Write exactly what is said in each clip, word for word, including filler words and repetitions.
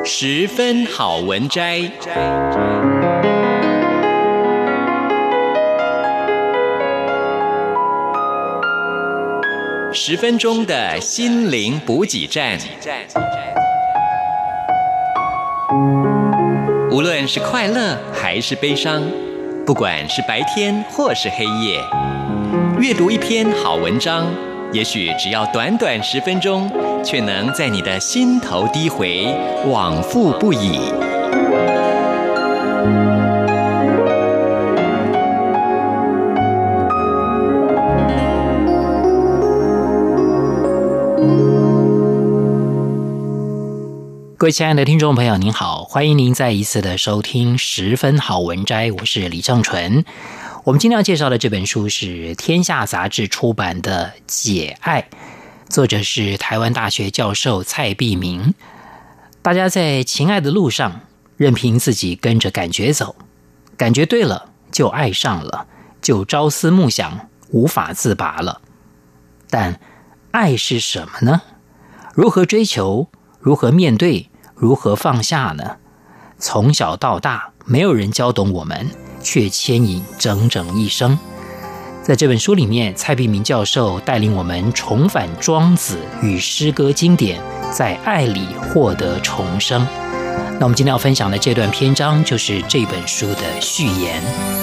十分好文摘。十分钟的心灵补给站。无论是快乐还是悲伤，不管是白天或是黑夜，阅读一篇好文章，也许只要短短十分钟，却能在你的心头低回，往复不已。 各位亲爱的听众朋友您好，欢迎您再一次的收听十分好文摘，我是李正淳。我们今天要介绍的这本书是天下杂志出版的《解爱》，作者是台湾大学教授蔡璧名。大家在情爱的路上，任凭自己跟着感觉走，感觉对了就爱上了，就朝思暮想，无法自拔了。但爱是什么呢？如何追求？如何面对？如何放下呢？从小到大，没有人教懂我们，却牵引整整一生。在这本书里面，蔡璧名教授带领我们重返庄子与诗歌经典，在爱里获得重生。那我们今天要分享的这段篇章，就是这本书的序言。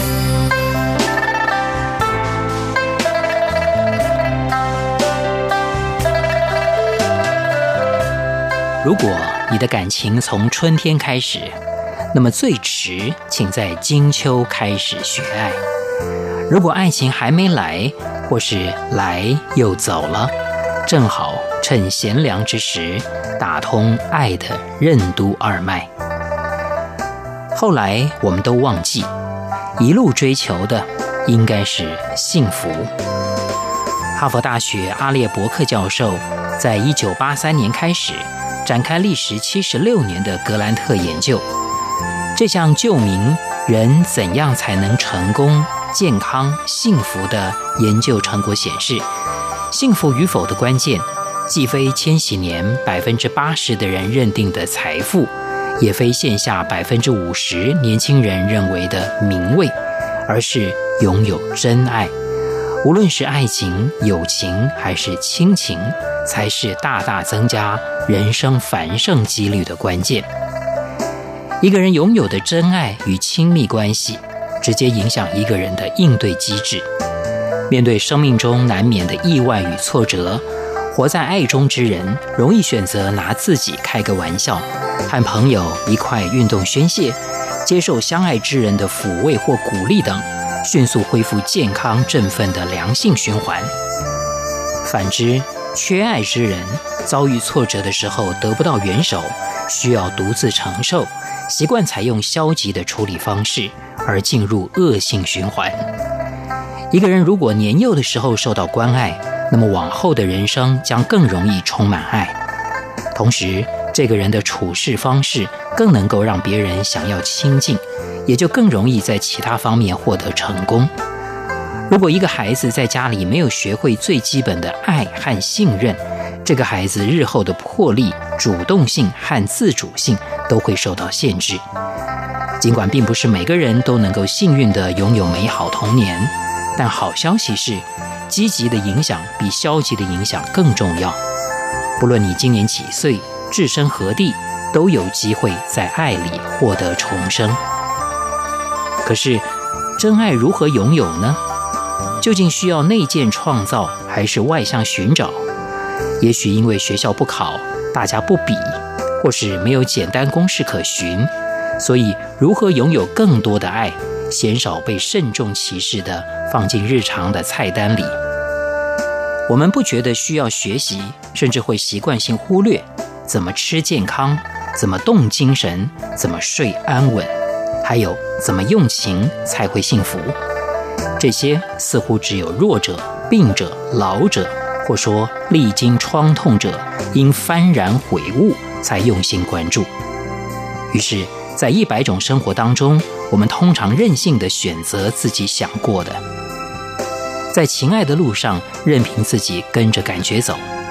如果你的感情从春天开始，那么最迟请在金秋开始学爱。如果爱情还没来，或是来又走了，正好趁贤良之时，打通爱的任督二脉。后来我们都忘记，一路追求的应该是幸福。哈佛大学阿列伯克教授在一九八三年开始展开历时七十六年的格兰特研究。这项究明人怎样才能成功、健康、幸福的研究成果显示，幸福与否的关键，既非千禧年百分之八十的人认定的财富，也非现下百分之五十年轻人认为的名位，而是拥有真爱。无论是爱情、友情还是亲情，才是大大增加人生繁盛几率的关键。一个人拥有的真爱与亲密关系，直接影响一个人的应对机制。面对生命中难免的意外与挫折，活在爱中之人容易选择拿自己开个玩笑，和朋友一块运动宣泄，接受相爱之人的抚慰或鼓励等，迅速恢复健康振奋的良性循环。反之，缺爱之人遭遇挫折的时候得不到援手，需要独自承受，习惯采用消极的处理方式，而进入恶性循环。一个人如果年幼的时候受到关爱，那么往后的人生将更容易充满爱。同时，这个人的处事方式更能够让别人想要亲近，也就更容易在其他方面获得成功。如果一个孩子在家里没有学会最基本的爱和信任，这个孩子日后的魄力、主动性和自主性都会受到限制。尽管并不是每个人都能够幸运地拥有美好童年，但好消息是，积极的影响比消极的影响更重要。不论你今年几岁，置身何地，都有机会在爱里获得重生。可是，真爱如何拥有呢？究竟需要内建创造，还是外向寻找？也许因为学校不考，大家不比，或是没有简单公式可循，所以如何拥有更多的爱，鲜少被慎重其事地放进日常的菜单里。我们不觉得需要学习，甚至会习惯性忽略怎么吃健康，怎么动精神，怎么睡安稳，还有怎么用情才会幸福。这些似乎只有弱者、病者、老者，或说历经创痛者，因幡然悔悟才用心关注。于是在一百种生活当中，我们通常任性地选择自己想过的，在情爱的路上任凭自己跟着感觉走，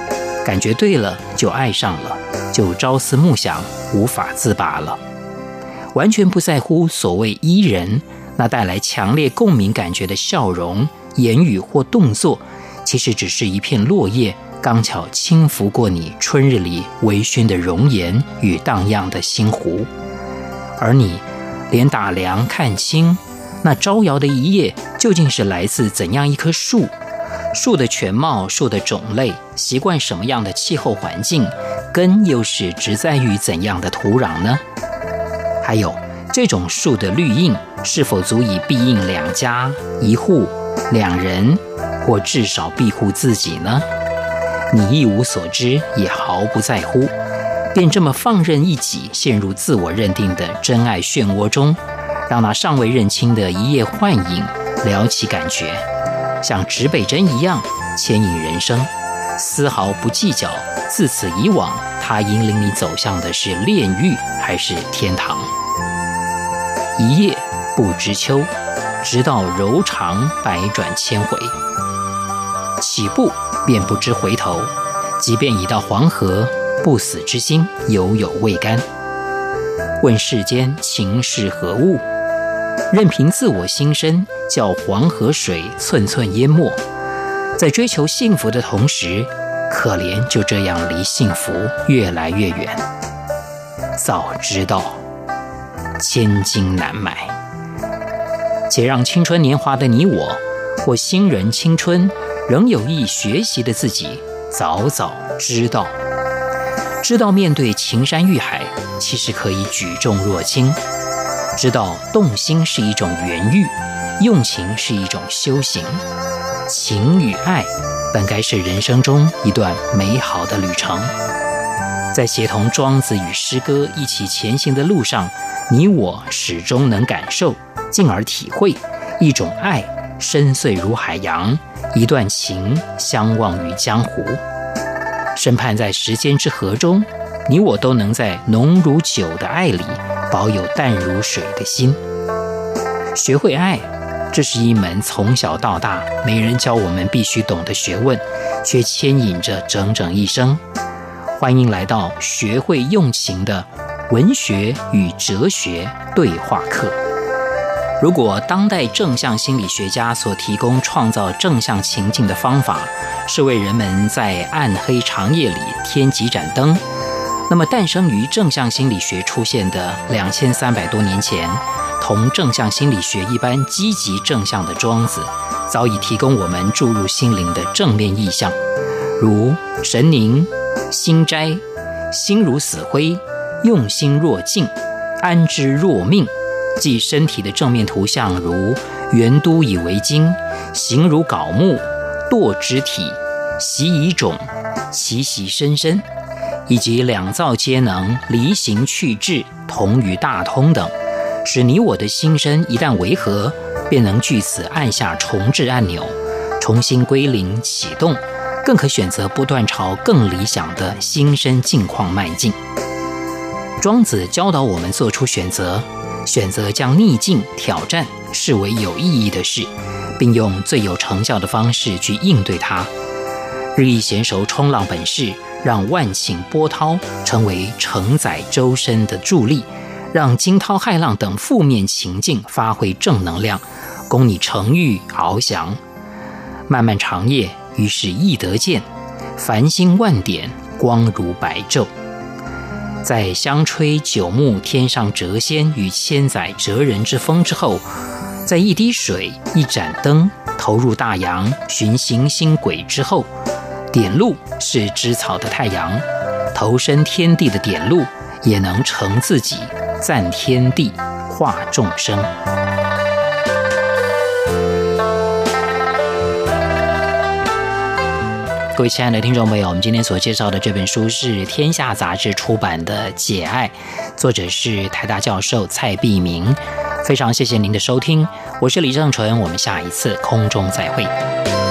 感觉对了就爱上了，就朝思暮想，无法自拔了。完全不在乎所谓伊人，那带来强烈共鸣感觉的笑容、言语或动作，其实只是一片落叶刚巧轻拂过你春日里微醺的容颜与荡漾的心湖。而你连打量看清那招摇的一叶究竟是来自怎样一棵树，树的全貌、树的种类、习惯什么样的气候环境，根又是植在于怎样的土壤呢？还有这种树的绿荫是否足以庇荫两家、一户、两人，或至少庇护自己呢？你一无所知，也毫不在乎，便这么放任一己陷入自我认定的真爱漩涡中，让那尚未认清的一夜幻影撩起感觉，像指北针一样牵引人生，丝毫不计较自此以往它引领你走向的是炼狱还是天堂。一夜不知秋，直到柔肠百转千回，起步便不知回头，即便已到黄河，不死之心犹有未干。问世间情是何物，任凭自我心声，叫黄河水寸寸淹没。在追求幸福的同时，可怜就这样离幸福越来越远。早知道千金难买，且让青春年华的你我，或新人青春仍有意学习的自己，早早知道知道面对情山欲海，其实可以举重若轻，知道动心是一种缘遇，用情是一种修行。情与爱本该是人生中一段美好的旅程，在协同庄子与诗歌一起前行的路上，你我始终能感受，进而体会一种爱深邃如海洋，一段情相忘于江湖。深盼在时间之河中，你我都能在浓如酒的爱里保有淡如水的心。学会爱，这是一门从小到大没人教我们必须懂的学问，却牵引着整整一生。欢迎来到学会用情的文学与哲学对话课。如果当代正向心理学家所提供创造正向情境的方法是为人们在暗黑长夜里添几盏灯，那么诞生于正向心理学出现的两千三百多年前，同正向心理学一般积极正向的庄子，早已提供我们注入心灵的正面意象，如神宁、心斋、心如死灰、用心若镜、安之若命，即身体的正面图像如圆都以为经、形如槁木、堕肢体、习以种、其习深深，以及两造皆能、离形去志、同于大通等，使你我的心身一旦违和，便能据此按下重置按钮，重新归零启动，更可选择不断朝更理想的心身境况迈进。庄子教导我们做出选择，选择将逆境挑战视为有意义的事，并用最有成效的方式去应对它。日益娴熟冲浪本事，让万顷波涛成为承载周身的助力，让惊涛骇浪等负面情境发挥正能量，供你乘欲翱翔。漫漫长夜，于是易得见，繁星万点，光如白昼。在香吹九牧天上谪仙与千载哲人之风之后，在一滴水一盏灯投入大洋寻行星轨之后，点路是织草的太阳，投身天地的点路也能成自己，赞天地，化众生。各位亲爱的听众朋友，我们今天所介绍的这本书是天下杂志出版的《解爱》，作者是台大教授蔡璧名。非常谢谢您的收听，我是李正淳，我们下一次空中再会。